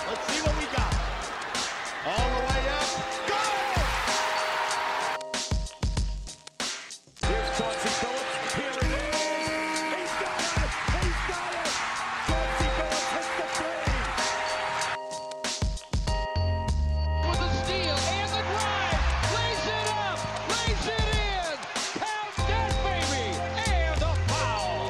Let's see what we got. All the way up. Go! Here's Chauncey Billups. Here it is. He's got it. He's got it. Chauncey Billups hits the three. With a steal and the drive. Lays it up. Lays it in. Count that baby. And a foul.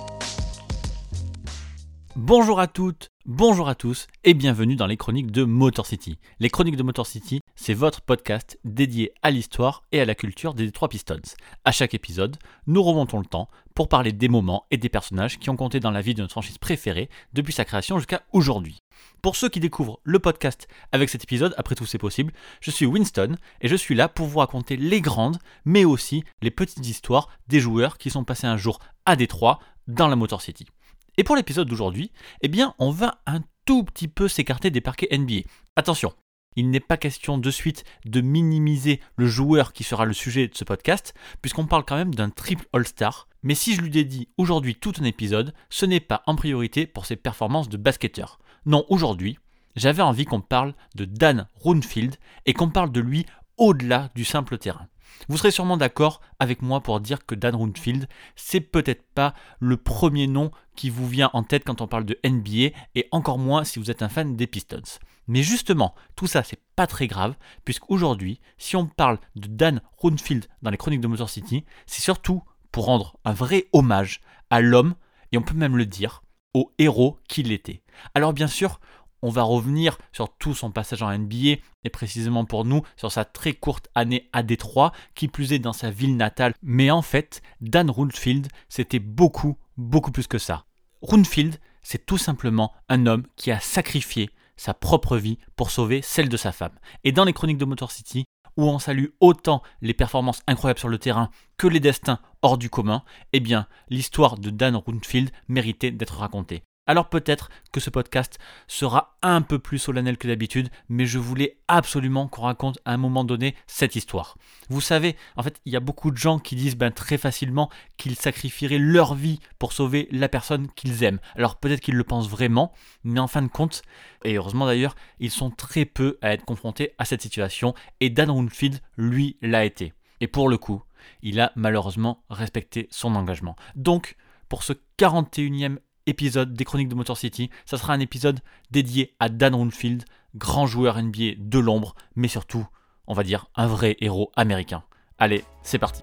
Bonjour à toutes, bonjour à tous et bienvenue dans les chroniques de Motor City. Les chroniques de Motor City, c'est votre podcast dédié à l'histoire et à la culture des Detroit Pistons. À chaque épisode, nous remontons le temps pour parler des moments et des personnages qui ont compté dans la vie de notre franchise préférée depuis sa création jusqu'à aujourd'hui. Pour ceux qui découvrent le podcast avec cet épisode, après tout c'est possible, je suis Winston et je suis là pour vous raconter les grandes mais aussi les petites histoires des joueurs qui sont passés un jour à Détroit dans la Motor City. Et pour l'épisode d'aujourd'hui, eh bien, on va un tout petit peu s'écarter des parquets NBA. Attention, il n'est pas question de suite de minimiser le joueur qui sera le sujet de ce podcast, puisqu'on parle quand même d'un triple All-Star. Mais si je lui dédie aujourd'hui tout un épisode, ce n'est pas en priorité pour ses performances de basketteur. Non, aujourd'hui, j'avais envie qu'on parle de Dan Rounfield et qu'on parle de lui au-delà du simple terrain. Vous serez sûrement d'accord avec moi pour dire que Dan Rounfield, c'est peut-être pas le premier nom qui vous vient en tête quand on parle de NBA, et encore moins si vous êtes un fan des Pistons. Mais justement, tout ça c'est pas très grave, puisqu'aujourd'hui, si on parle de Dan Rounfield dans les chroniques de Motor City, c'est surtout pour rendre un vrai hommage à l'homme, et on peut même le dire, au héros qu'il était. Alors bien sûr, on va revenir sur tout son passage en NBA et précisément pour nous sur sa très courte année à Détroit, qui plus est dans sa ville natale. Mais en fait, Dan Rounfield, c'était beaucoup plus que ça. Rounfield, c'est tout simplement un homme qui a sacrifié sa propre vie pour sauver celle de sa femme. Et dans les chroniques de Motor City, où on salue autant les performances incroyables sur le terrain que les destins hors du commun, eh bien, l'histoire de Dan Rounfield méritait d'être racontée. Alors peut-être que ce podcast sera un peu plus solennel que d'habitude, mais je voulais absolument qu'on raconte à un moment donné cette histoire. Vous savez, en fait, il y a beaucoup de gens qui disent très facilement qu'ils sacrifieraient leur vie pour sauver la personne qu'ils aiment. Alors peut-être qu'ils le pensent vraiment, mais en fin de compte, et heureusement d'ailleurs, ils sont très peu à être confrontés à cette situation, et Dan Rounfield, lui, l'a été. Et pour le coup, il a malheureusement respecté son engagement. Donc, pour ce 41e épisode des chroniques de Motor City, ça sera un épisode dédié à Dan Rounfield, grand joueur NBA de l'ombre, mais surtout, on va dire, un vrai héros américain. Allez, c'est parti.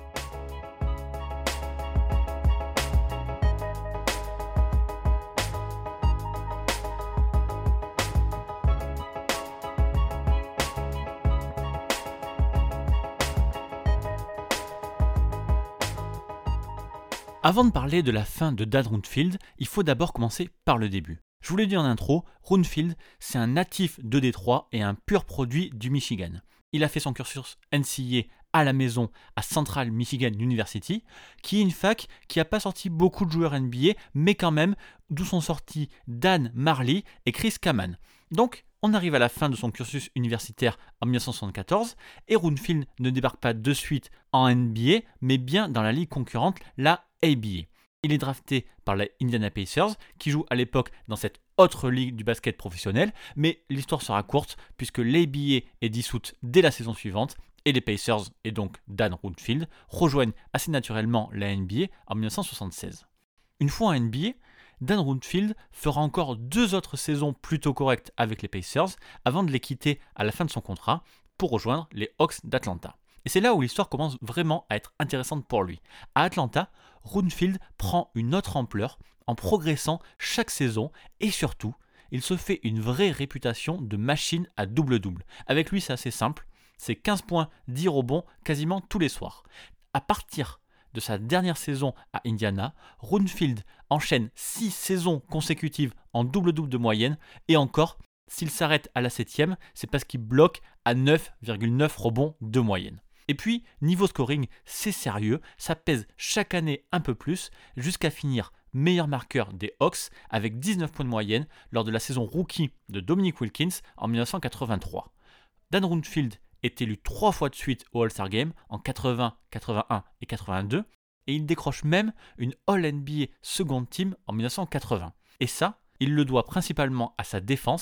Avant de parler de la fin de Dan Rounfield, il faut d'abord commencer par le début. Je vous l'ai dit en intro, Rounfield, c'est un natif de Détroit et un pur produit du Michigan. Il a fait son cursus NCAA à la maison à Central Michigan University, qui est une fac qui n'a pas sorti beaucoup de joueurs NBA, mais quand même, d'où sont sortis Dan Majerle et Chris Kaman. Donc, on arrive à la fin de son cursus universitaire en 1974 et Rounfield ne débarque pas de suite en NBA, mais bien dans la ligue concurrente, la ABA. Il est drafté par les Indiana Pacers, qui joue à l'époque dans cette autre ligue du basket professionnel, mais l'histoire sera courte puisque l'ABA est dissoute dès la saison suivante et les Pacers, et donc Dan Rounfield, rejoignent assez naturellement la NBA en 1976. Une fois en NBA, Dan Rounfield fera encore 2 autres saisons plutôt correctes avec les Pacers avant de les quitter à la fin de son contrat pour rejoindre les Hawks d'Atlanta. Et c'est là où l'histoire commence vraiment à être intéressante pour lui. À Atlanta, Rounfield prend une autre ampleur en progressant chaque saison et surtout, il se fait une vraie réputation de machine à double-double. Avec lui, c'est assez simple, c'est 15 points, 10 rebonds quasiment tous les soirs. À partir de sa dernière saison à Indiana, Rounfield enchaîne 6 saisons consécutives en double-double de moyenne et encore, s'il s'arrête à la 7e, c'est parce qu'il bloque à 9,9 rebonds de moyenne. Et puis, niveau scoring, c'est sérieux, ça pèse chaque année un peu plus, jusqu'à finir meilleur marqueur des Hawks avec 19 points de moyenne lors de la saison rookie de Dominique Wilkins en 1983. Dan Rounfield est élu 3 fois de suite au All-Star Game en 80, 81 et 82, et il décroche même une All-NBA Second Team en 1980. Et ça, il le doit principalement à sa défense,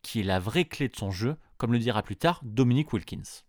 qui est la vraie clé de son jeu, comme le dira plus tard Dominique Wilkins.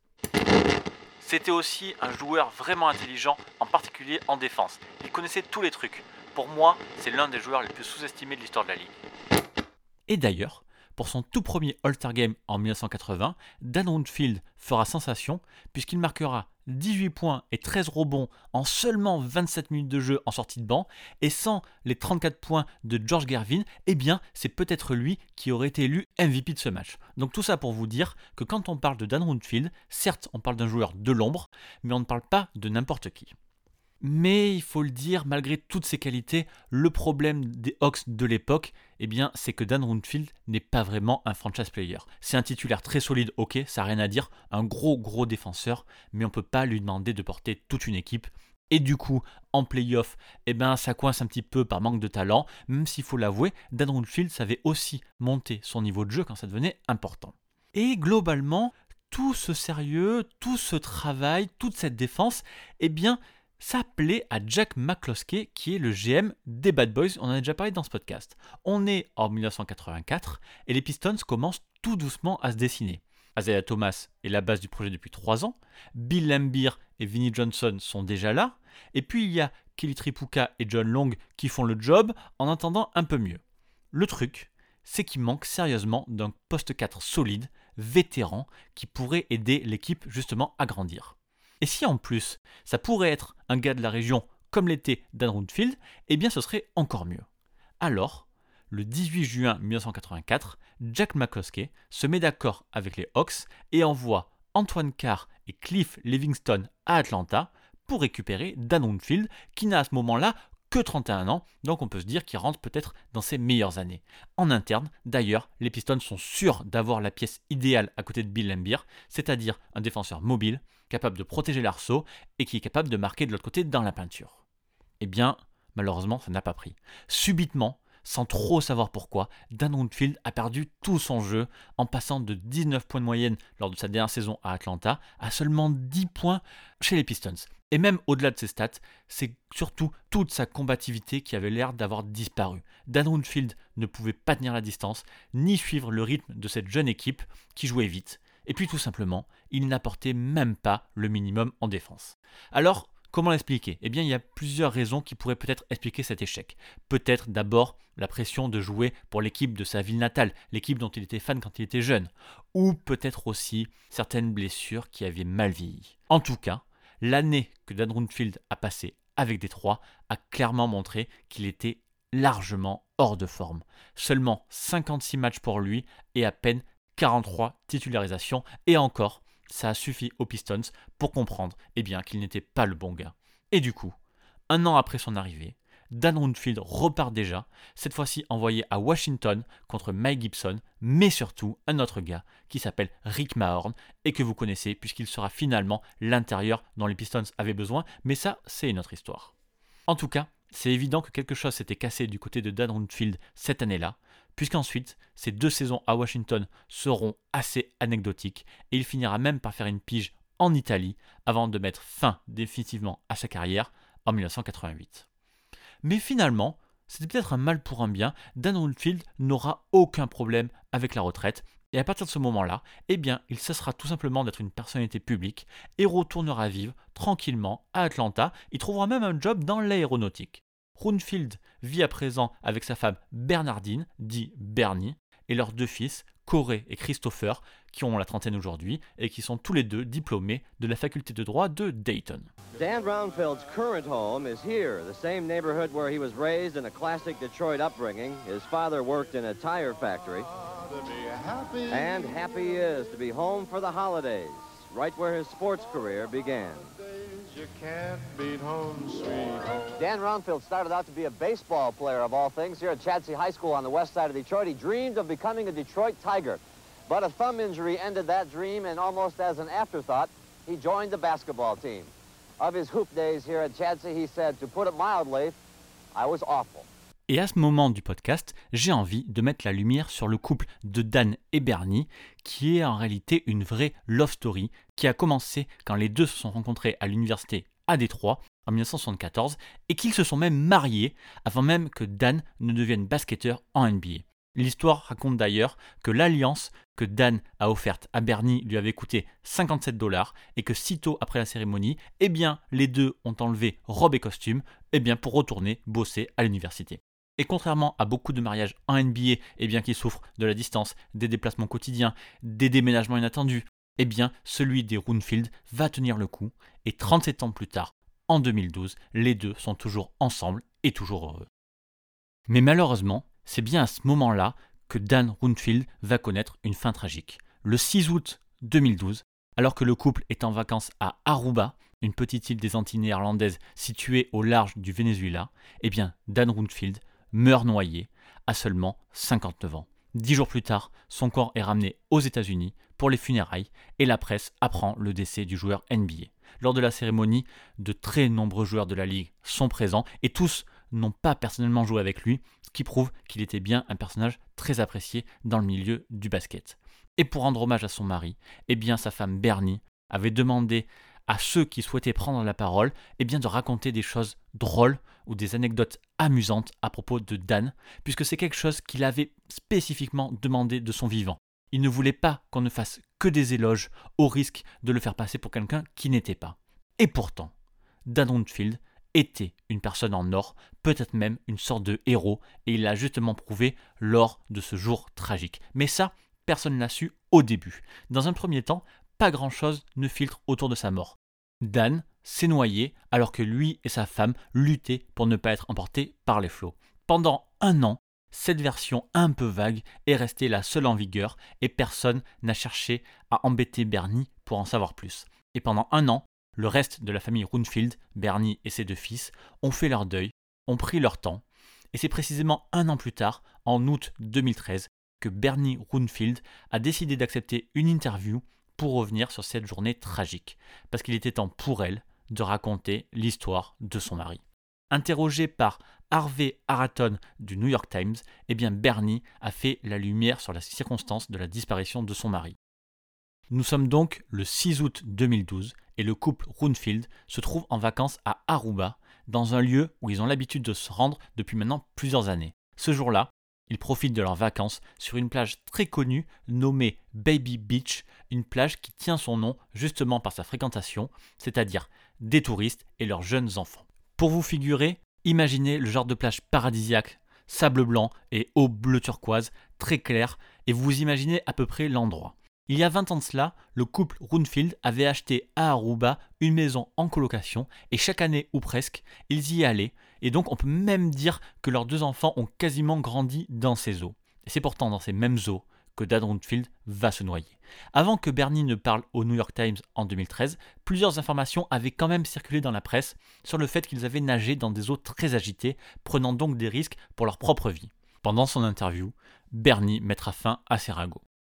C'était aussi un joueur vraiment intelligent, en particulier en défense. Il connaissait tous les trucs. Pour moi, c'est l'un des joueurs les plus sous-estimés de l'histoire de la Ligue. Et d'ailleurs, pour son tout premier All-Star Game en 1980, Dan Woodfield fera sensation puisqu'il marquera 18 points et 13 rebonds en seulement 27 minutes de jeu en sortie de banc, et sans les 34 points de George Gervin, eh bien c'est peut-être lui qui aurait été élu MVP de ce match. Donc tout ça pour vous dire que quand on parle de Dan Woodfield, certes on parle d'un joueur de l'ombre, mais on ne parle pas de n'importe qui. Mais il faut le dire, malgré toutes ses qualités, le problème des Hawks de l'époque, eh bien, c'est que Dan Woodfield n'est pas vraiment un franchise player. C'est un titulaire très solide, ok, ça n'a rien à dire, un gros défenseur, mais on ne peut pas lui demander de porter toute une équipe. Et du coup, en playoff, eh ben, ça coince un petit peu par manque de talent, même s'il faut l'avouer, Dan Woodfield savait aussi monter son niveau de jeu quand ça devenait important. Et globalement, tout ce sérieux, tout ce travail, toute cette défense, eh bien, ça plaît à Jack McCloskey qui est le GM des Bad Boys, on en a déjà parlé dans ce podcast. On est en 1984 et les Pistons commencent tout doucement à se dessiner. Isaiah Thomas est la base du projet depuis 3 ans, Bill Laimbeer et Vinnie Johnson sont déjà là, et puis il y a Kelly Tripucka et John Long qui font le job en attendant un peu mieux. Le truc, c'est qu'il manque sérieusement d'un poste 4 solide, vétéran, qui pourrait aider l'équipe justement à grandir. Et si en plus, ça pourrait être un gars de la région comme l'était Dan Woodfield, eh bien ce serait encore mieux. Alors, le 18 juin 1984, Jack McCloskey se met d'accord avec les Hawks et envoie Antoine Carr et Cliff Livingston à Atlanta pour récupérer Dan Woodfield, qui n'a à ce moment-là que 31 ans, donc on peut se dire qu'il rentre peut-être dans ses meilleures années. En interne, d'ailleurs, les Pistons sont sûrs d'avoir la pièce idéale à côté de Bill Laimbeer, c'est-à-dire un défenseur mobile, capable de protéger l'arceau et qui est capable de marquer de l'autre côté dans la peinture. Eh bien, malheureusement, ça n'a pas pris. Subitement, sans trop savoir pourquoi, Dan Woodfield a perdu tout son jeu en passant de 19 points de moyenne lors de sa dernière saison à Atlanta à seulement 10 points chez les Pistons. Et même au-delà de ses stats, c'est surtout toute sa combativité qui avait l'air d'avoir disparu. Dan Woodfield ne pouvait pas tenir la distance, ni suivre le rythme de cette jeune équipe qui jouait vite. Et puis tout simplement, il n'apportait même pas le minimum en défense. Alors, comment l'expliquer ? Eh bien, il y a plusieurs raisons qui pourraient peut-être expliquer cet échec. Peut-être d'abord la pression de jouer pour l'équipe de sa ville natale, l'équipe dont il était fan quand il était jeune. Ou peut-être aussi certaines blessures qui avaient mal vieilli. En tout cas, l'année que Dan Woodfield a passée avec Détroit a clairement montré qu'il était largement hors de forme. Seulement 56 matchs pour lui et à peine 43 titularisations, et encore, ça a suffi aux Pistons pour comprendre qu'il n'était pas le bon gars. Et du coup, 1 an après son arrivée, Dan Woodfield repart déjà, cette fois-ci envoyé à Washington contre Mike Gibson, mais surtout un autre gars qui s'appelle Rick Mahorn et que vous connaissez puisqu'il sera finalement l'intérieur dont les Pistons avaient besoin, mais ça, c'est une autre histoire. En tout cas, c'est évident que quelque chose s'était cassé du côté de Dan Woodfield cette année-là, puisqu'ensuite, ces 2 saisons à Washington seront assez anecdotiques et il finira même par faire une pige en Italie avant de mettre fin définitivement à sa carrière en 1988. Mais finalement, c'était peut-être un mal pour un bien, Dan Woodfield n'aura aucun problème avec la retraite et à partir de ce moment-là, il cessera tout simplement d'être une personnalité publique et retournera vivre tranquillement à Atlanta. Il trouvera même un job dans l'aéronautique. Woodfield vit à présent avec sa femme Bernardine, dit Bernie, et leurs 2 fils, Corey et Christopher, qui ont la trentaine aujourd'hui et qui sont tous les 2 diplômés de la faculté de droit de Dayton. Dan Brownfield's current home is here, the same neighborhood where he was raised in a classic Detroit upbringing. His father worked in a tire factory. And happy he is to be home for the holidays, right where his sports career began. You can't beat home, sweet home. Dan Brownfield started out to be a baseball player of all things here at Chadsey High School on the west side of Detroit. He dreamed of becoming a Detroit Tiger, but a thumb injury ended that dream, and almost as an afterthought, he joined the basketball team. Of his hoop days here at Chadsey, he said, to put it mildly, I was awful. Et à ce moment du podcast, j'ai envie de mettre la lumière sur le couple de Dan et Bernie, qui est en réalité une vraie love story, qui a commencé quand les 2 se sont rencontrés à l'université à Détroit en 1974, et qu'ils se sont même mariés avant même que Dan ne devienne basketteur en NBA. L'histoire raconte d'ailleurs que l'alliance que Dan a offerte à Bernie lui avait coûté $57 et que sitôt après la cérémonie, eh bien, les deux ont enlevé robe et costume pour retourner bosser à l'université. Et contrairement à beaucoup de mariages en NBA qui souffrent de la distance, des déplacements quotidiens, des déménagements inattendus, celui des Roonfield va tenir le coup et 37 ans plus tard, en 2012, les deux sont toujours ensemble et toujours heureux. Mais malheureusement, c'est bien à ce moment-là que Dan Roonfield va connaître une fin tragique. Le 6 août 2012, alors que le couple est en vacances à Aruba, une petite île des Antilles néerlandaises située au large du Venezuela, Dan Roonfield meurt noyé à seulement 59 ans. 10 jours plus tard, son corps est ramené aux États-Unis pour les funérailles et la presse apprend le décès du joueur NBA. Lors de la cérémonie, de très nombreux joueurs de la ligue sont présents et tous n'ont pas personnellement joué avec lui, ce qui prouve qu'il était bien un personnage très apprécié dans le milieu du basket. Et pour rendre hommage à son mari, sa femme Bernie avait demandé à ceux qui souhaitaient prendre la parole de raconter des choses drôles ou des anecdotes amusantes à propos de Dan, puisque c'est quelque chose qu'il avait spécifiquement demandé de son vivant. Il ne voulait pas qu'on ne fasse que des éloges au risque de le faire passer pour quelqu'un qui n'était pas. Et pourtant, Dan Roonfield était une personne en or, peut-être même une sorte de héros, et il l'a justement prouvé lors de ce jour tragique. Mais ça, personne ne l'a su au début. Dans un premier temps, pas grand-chose ne filtre autour de sa mort. Dan s'est noyé alors que lui et sa femme luttaient pour ne pas être emportés par les flots. Pendant 1 an, cette version un peu vague est restée la seule en vigueur et personne n'a cherché à embêter Bernie pour en savoir plus. Et pendant 1 an, le reste de la famille Roonfield, Bernie et ses 2 fils, ont fait leur deuil, ont pris leur temps, et c'est précisément 1 an plus tard, en août 2013, que Bernie Roonfield a décidé d'accepter une interview pour revenir sur cette journée tragique, parce qu'il était temps pour elle de raconter l'histoire de son mari. Interrogé par Harvey Araton du New York Times, Bernie a fait la lumière sur la circonstance de la disparition de son mari. Nous sommes donc le 6 août 2012 et le couple Roonfield se trouve en vacances à Aruba, dans un lieu où ils ont l'habitude de se rendre depuis maintenant plusieurs années. Ce jour-là, ils profitent de leurs vacances sur une plage très connue nommée Baby Beach, une plage qui tient son nom justement par sa fréquentation, c'est-à-dire des touristes et leurs jeunes enfants. Pour vous figurer, imaginez le genre de plage paradisiaque, sable blanc et eau bleu turquoise, très claire, et vous imaginez à peu près l'endroit. Il y a 20 ans de cela, le couple Roonfield avait acheté à Aruba une maison en colocation et chaque année ou presque, ils y allaient et donc on peut même dire que leurs 2 enfants ont quasiment grandi dans ces eaux. Et c'est pourtant dans ces mêmes eaux que Dan Roonfield va se noyer. Avant que Bernie ne parle au New York Times en 2013, plusieurs informations avaient quand même circulé dans la presse sur le fait qu'ils avaient nagé dans des eaux très agitées, prenant donc des risques pour leur propre vie. Pendant son interview, Bernie mettra fin à ses ragots.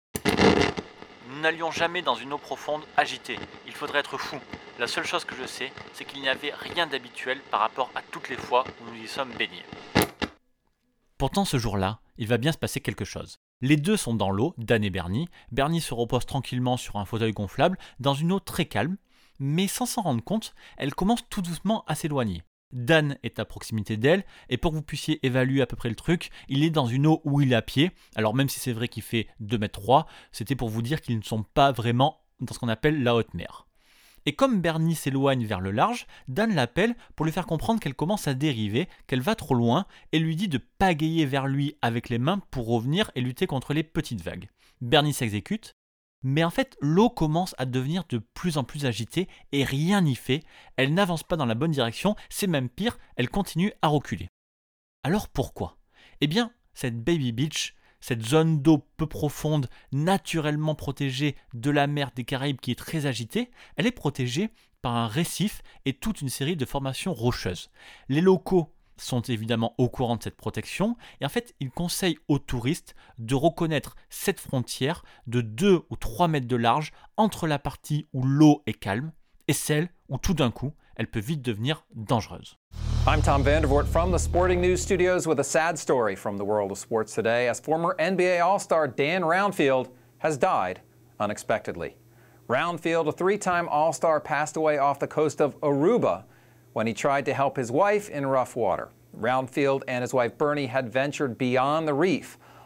Nous n'allions jamais dans une eau profonde agitée. Il faudrait être fou. La seule chose que je sais, c'est qu'il n'y avait rien d'habituel par rapport à toutes les fois où nous y sommes baignés. Pourtant, ce jour-là, il va bien se passer quelque chose. Les deux sont dans l'eau, Dan et Bernie. Bernie se repose tranquillement sur un fauteuil gonflable, dans une eau très calme, mais sans s'en rendre compte, elle commence tout doucement à s'éloigner. Dan est à proximité d'elle, et pour que vous puissiez évaluer à peu près le truc, il est dans une eau où il est à pied. Alors même si c'est vrai qu'il fait 2,3 m, c'était pour vous dire qu'ils ne sont pas vraiment dans ce qu'on appelle la haute mer. Et comme Bernie s'éloigne vers le large, Dan l'appelle pour lui faire comprendre qu'elle commence à dériver, qu'elle va trop loin, et lui dit de pagayer vers lui avec les mains pour revenir et lutter contre les petites vagues. Bernie s'exécute, mais en fait l'eau commence à devenir de plus en plus agitée et rien n'y fait, elle n'avance pas dans la bonne direction, c'est même pire, elle continue à reculer. Alors pourquoi ? Eh bien, cette Baby Beach, cette zone d'eau peu profonde, naturellement protégée de la mer des Caraïbes qui est très agitée, elle est protégée par un récif et toute une série de formations rocheuses. Les locaux sont évidemment au courant de cette protection et en fait ils conseillent aux touristes de reconnaître cette frontière de 2 ou 3 mètres de large entre la partie où l'eau est calme et celle où tout d'un coup elle peut vite devenir dangereuse. I'm Tom Vandervoort from the Sporting News Studios with a sad story from the world of sports today as former NBA All-Star Dan Roundfield has died unexpectedly. Roundfield, a 3-time All-Star, passed away off the coast of Aruba when he tried to help his wife in rough water. Roundfield and his wife Bernie had ventured beyond the reef,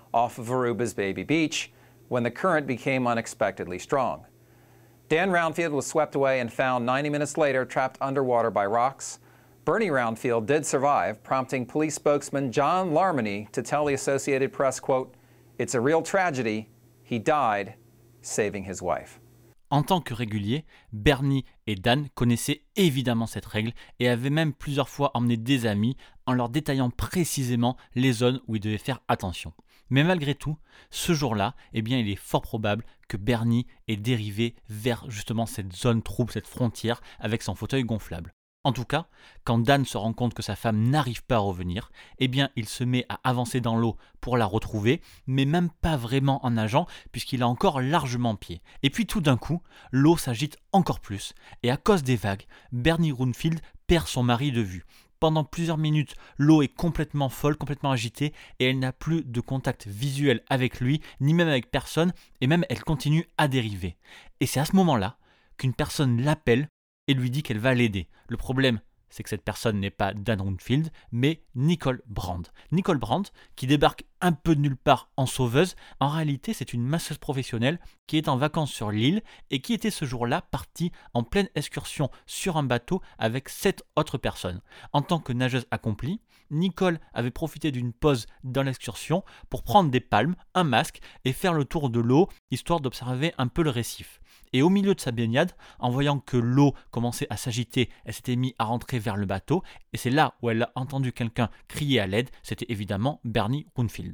off of Aruba's Baby Beach when the current became unexpectedly strong. Dan Roundfield was swept away and found 90 minutes later trapped underwater by rocks. Bernie Roundfield did survive, prompting police spokesman John Larmony to tell the Associated Press, quote, "It's a real tragedy. He died saving his wife." En tant que régulier, Bernie et Dan connaissaient évidemment cette règle et avaient même plusieurs fois emmené des amis en leur détaillant précisément les zones où ils devaient faire attention. Mais malgré tout, ce jour-là, eh bien, il est fort probable que Bernie ait dérivé vers justement cette zone trouble, cette frontière avec son fauteuil gonflable. En tout cas, quand Dan se rend compte que sa femme n'arrive pas à revenir, eh bien, il se met à avancer dans l'eau pour la retrouver, mais même pas vraiment en nageant, puisqu'il a encore largement pied. Et puis tout d'un coup, l'eau s'agite encore plus, et à cause des vagues, Bernie Roundfield perd son mari de vue. Pendant plusieurs minutes, l'eau est complètement folle, complètement agitée, et elle n'a plus de contact visuel avec lui, ni même avec personne, et même elle continue à dériver. Et c'est à ce moment-là qu'une personne l'appelle et lui dit qu'elle va l'aider. Le problème, c'est que cette personne n'est pas Dan Roundfield, mais Nicole Brand. Nicole Brand, qui débarque un peu de nulle part en sauveuse, en réalité c'est une masseuse professionnelle qui est en vacances sur l'île et qui était ce jour-là partie en pleine excursion sur un bateau avec 7 autres personnes. En tant que nageuse accomplie, Nicole avait profité d'une pause dans l'excursion pour prendre des palmes, un masque et faire le tour de l'eau, histoire d'observer un peu le récif. Et au milieu de sa baignade, en voyant que l'eau commençait à s'agiter, elle s'était mise à rentrer vers le bateau, et c'est là où elle a entendu quelqu'un crier à l'aide, c'était évidemment Bernie Roundfield.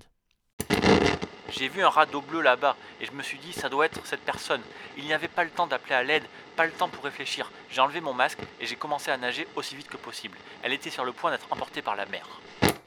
J'ai vu un radeau bleu là-bas, et je me suis dit, ça doit être cette personne. Il n'y avait pas le temps d'appeler à l'aide, pas le temps pour réfléchir. J'ai enlevé mon masque, et j'ai commencé à nager aussi vite que possible. Elle était sur le point d'être emportée par la mer.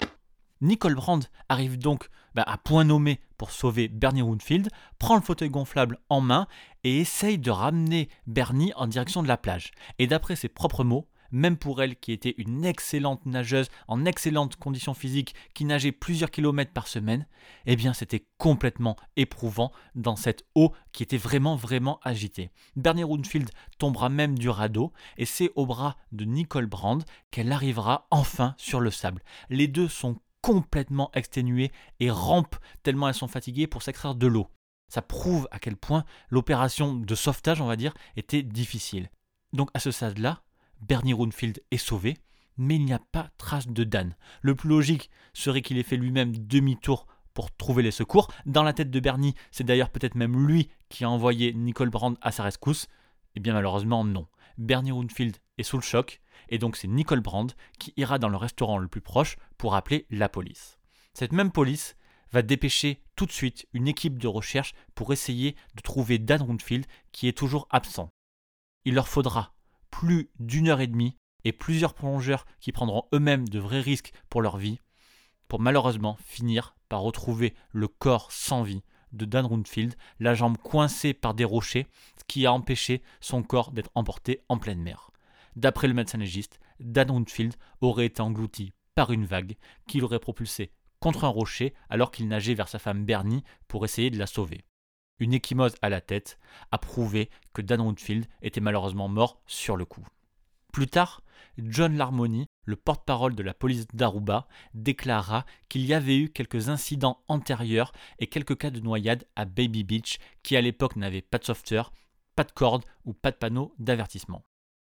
Nicole Brand arrive donc à point nommé pour sauver Bernie Roundfield, prend le fauteuil gonflable en main et essaye de ramener Bernie en direction de la plage. Et d'après ses propres mots, même pour elle qui était une excellente nageuse, en excellente condition physique, qui nageait plusieurs kilomètres par semaine, eh bien c'était complètement éprouvant dans cette eau qui était vraiment agitée. Bernie Roundfield tombera même du radeau et c'est au bras de Nicole Brand qu'elle arrivera enfin sur le sable. Les deux sont complètement exténuées et rampent tellement elles sont fatiguées pour s'extraire de l'eau. Ça prouve à quel point l'opération de sauvetage, on va dire, était difficile. Donc à ce stade-là, Bernie Roundfield est sauvé, mais il n'y a pas trace de Dan. Le plus logique serait qu'il ait fait lui-même demi-tour pour trouver les secours. Dans la tête de Bernie, c'est d'ailleurs peut-être même lui qui a envoyé Nicole Brand à sa rescousse. Eh bien malheureusement non. Bernie Roundfield est sous le choc, et donc c'est Nicole Brand qui ira dans le restaurant le plus proche pour appeler la police. Cette même police va dépêcher tout de suite une équipe de recherche pour essayer de trouver Dan Roundfield qui est toujours absent. Il leur faudra plus d'1h30 et plusieurs plongeurs qui prendront eux-mêmes de vrais risques pour leur vie pour malheureusement finir par retrouver le corps sans vie de Dan Roundfield, la jambe coincée par des rochers, ce qui a empêché son corps d'être emporté en pleine mer. D'après le médecin légiste, Dan Roundfield aurait été englouti par une vague qui l'aurait propulsé contre un rocher alors qu'il nageait vers sa femme Bernie pour essayer de la sauver. Une ecchymose à la tête a prouvé que Dan Roundfield était malheureusement mort sur le coup. Plus tard, John Larmony, le porte-parole de la police d'Aruba, déclara qu'il y avait eu quelques incidents antérieurs et quelques cas de noyade à Baby Beach qui à l'époque n'avaient pas de sauveteur, pas de corde ou pas de panneau d'avertissement.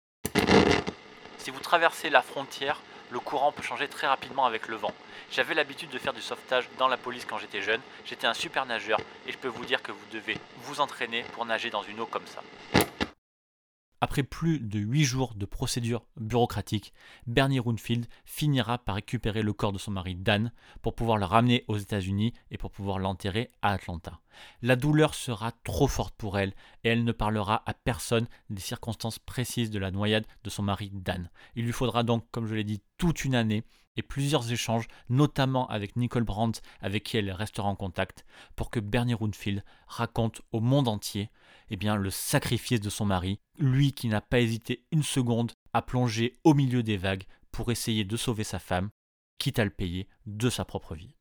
Si vous traversez la frontière, le courant peut changer très rapidement avec le vent. J'avais l'habitude de faire du sauvetage dans la police quand j'étais jeune, j'étais un super nageur et je peux vous dire que vous devez vous entraîner pour nager dans une eau comme ça. Après plus de 8 jours de procédure bureaucratique, Bernie Roundfield finira par récupérer le corps de son mari Dan pour pouvoir le ramener aux États-Unis et pour pouvoir l'enterrer à Atlanta. La douleur sera trop forte pour elle et elle ne parlera à personne des circonstances précises de la noyade de son mari Dan. Il lui faudra donc, comme je l'ai dit, toute une année et plusieurs échanges, notamment avec Nicole Brand, avec qui elle restera en contact, pour que Bernie Roundfield raconte au monde entier le sacrifice de son mari, lui qui n'a pas hésité une seconde à plonger au milieu des vagues pour essayer de sauver sa femme, quitte à le payer de sa propre vie.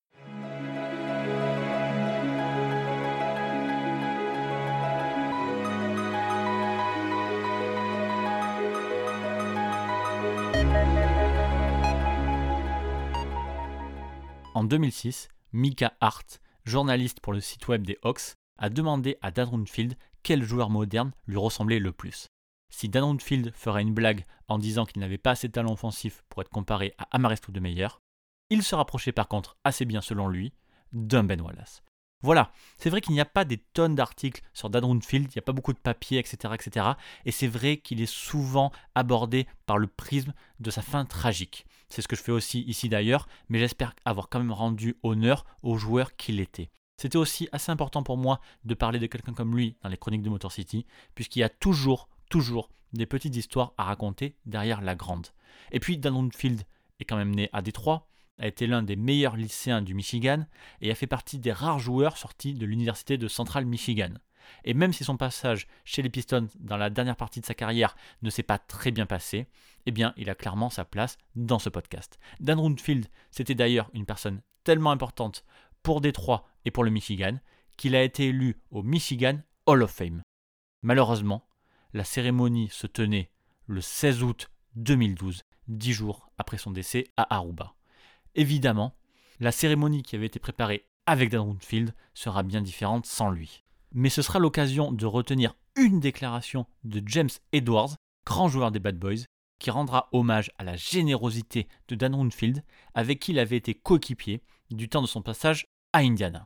En 2006, Micah Hart, journaliste pour le site web des Hawks, a demandé à Dan Roundfield quel joueur moderne lui ressemblait le plus. Si Dan Roundfield ferait une blague en disant qu'il n'avait pas assez de talent offensif pour être comparé à Amar'e Stoudemire, il se rapprochait par contre assez bien selon lui d'un Ben Wallace. Voilà, c'est vrai qu'il n'y a pas des tonnes d'articles sur Dan Roundfield, il n'y a pas beaucoup de papiers, etc., etc. Et c'est vrai qu'il est souvent abordé par le prisme de sa fin tragique. C'est ce que je fais aussi ici d'ailleurs, mais j'espère avoir quand même rendu honneur au joueur qu'il était. C'était aussi assez important pour moi de parler de quelqu'un comme lui dans les chroniques de Motor City, puisqu'il y a toujours des petites histoires à raconter derrière la grande. Et puis Dan Roundfield est quand même né à Détroit, a été l'un des meilleurs lycéens du Michigan et a fait partie des rares joueurs sortis de l'université de Central Michigan. Et même si son passage chez les Pistons dans la dernière partie de sa carrière ne s'est pas très bien passé, eh bien il a clairement sa place dans ce podcast. Dan Roundfield, c'était d'ailleurs une personne tellement importante pour Détroit et pour le Michigan qu'il a été élu au Michigan Hall of Fame. Malheureusement, la cérémonie se tenait le 16 août 2012, 10 jours après son décès à Aruba. Évidemment, la cérémonie qui avait été préparée avec Dan Roundfield sera bien différente sans lui. Mais ce sera l'occasion de retenir une déclaration de James Edwards, grand joueur des Bad Boys, qui rendra hommage à la générosité de Dan Roundfield, avec qui il avait été coéquipier du temps de son passage à Indiana.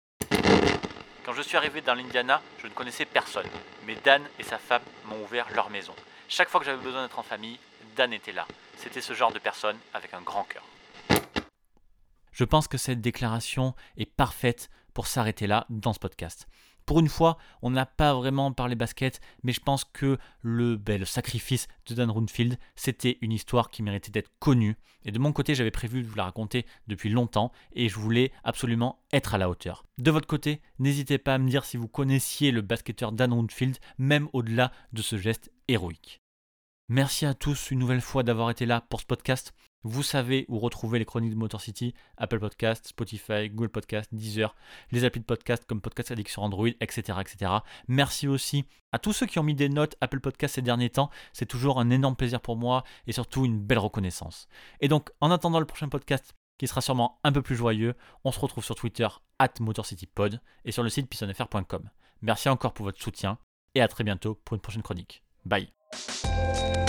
Quand je suis arrivé dans l'Indiana, je ne connaissais personne, mais Dan et sa femme m'ont ouvert leur maison. Chaque fois que j'avais besoin d'être en famille, Dan était là. C'était ce genre de personne avec un grand cœur. Je pense que cette déclaration est parfaite pour s'arrêter là dans ce podcast. Pour une fois, on n'a pas vraiment parlé basket, mais je pense que le sacrifice de Dan Roundfield, c'était une histoire qui méritait d'être connue. Et de mon côté, j'avais prévu de vous la raconter depuis longtemps et je voulais absolument être à la hauteur. De votre côté, n'hésitez pas à me dire si vous connaissiez le basketteur Dan Roundfield, même au-delà de ce geste héroïque. Merci à tous une nouvelle fois d'avoir été là pour ce podcast. Vous savez où retrouver les chroniques de Motor City, Apple Podcast, Spotify, Google Podcast, Deezer, les applis de podcast comme Podcast Addict sur Android, etc., etc. Merci aussi à tous ceux qui ont mis des notes Apple Podcast ces derniers temps. C'est toujours un énorme plaisir pour moi et surtout une belle reconnaissance. Et donc, en attendant le prochain podcast qui sera sûrement un peu plus joyeux, on se retrouve sur Twitter @MotorCityPod et sur le site pistonfr.com. Merci encore pour votre soutien et à très bientôt pour une prochaine chronique. Bye.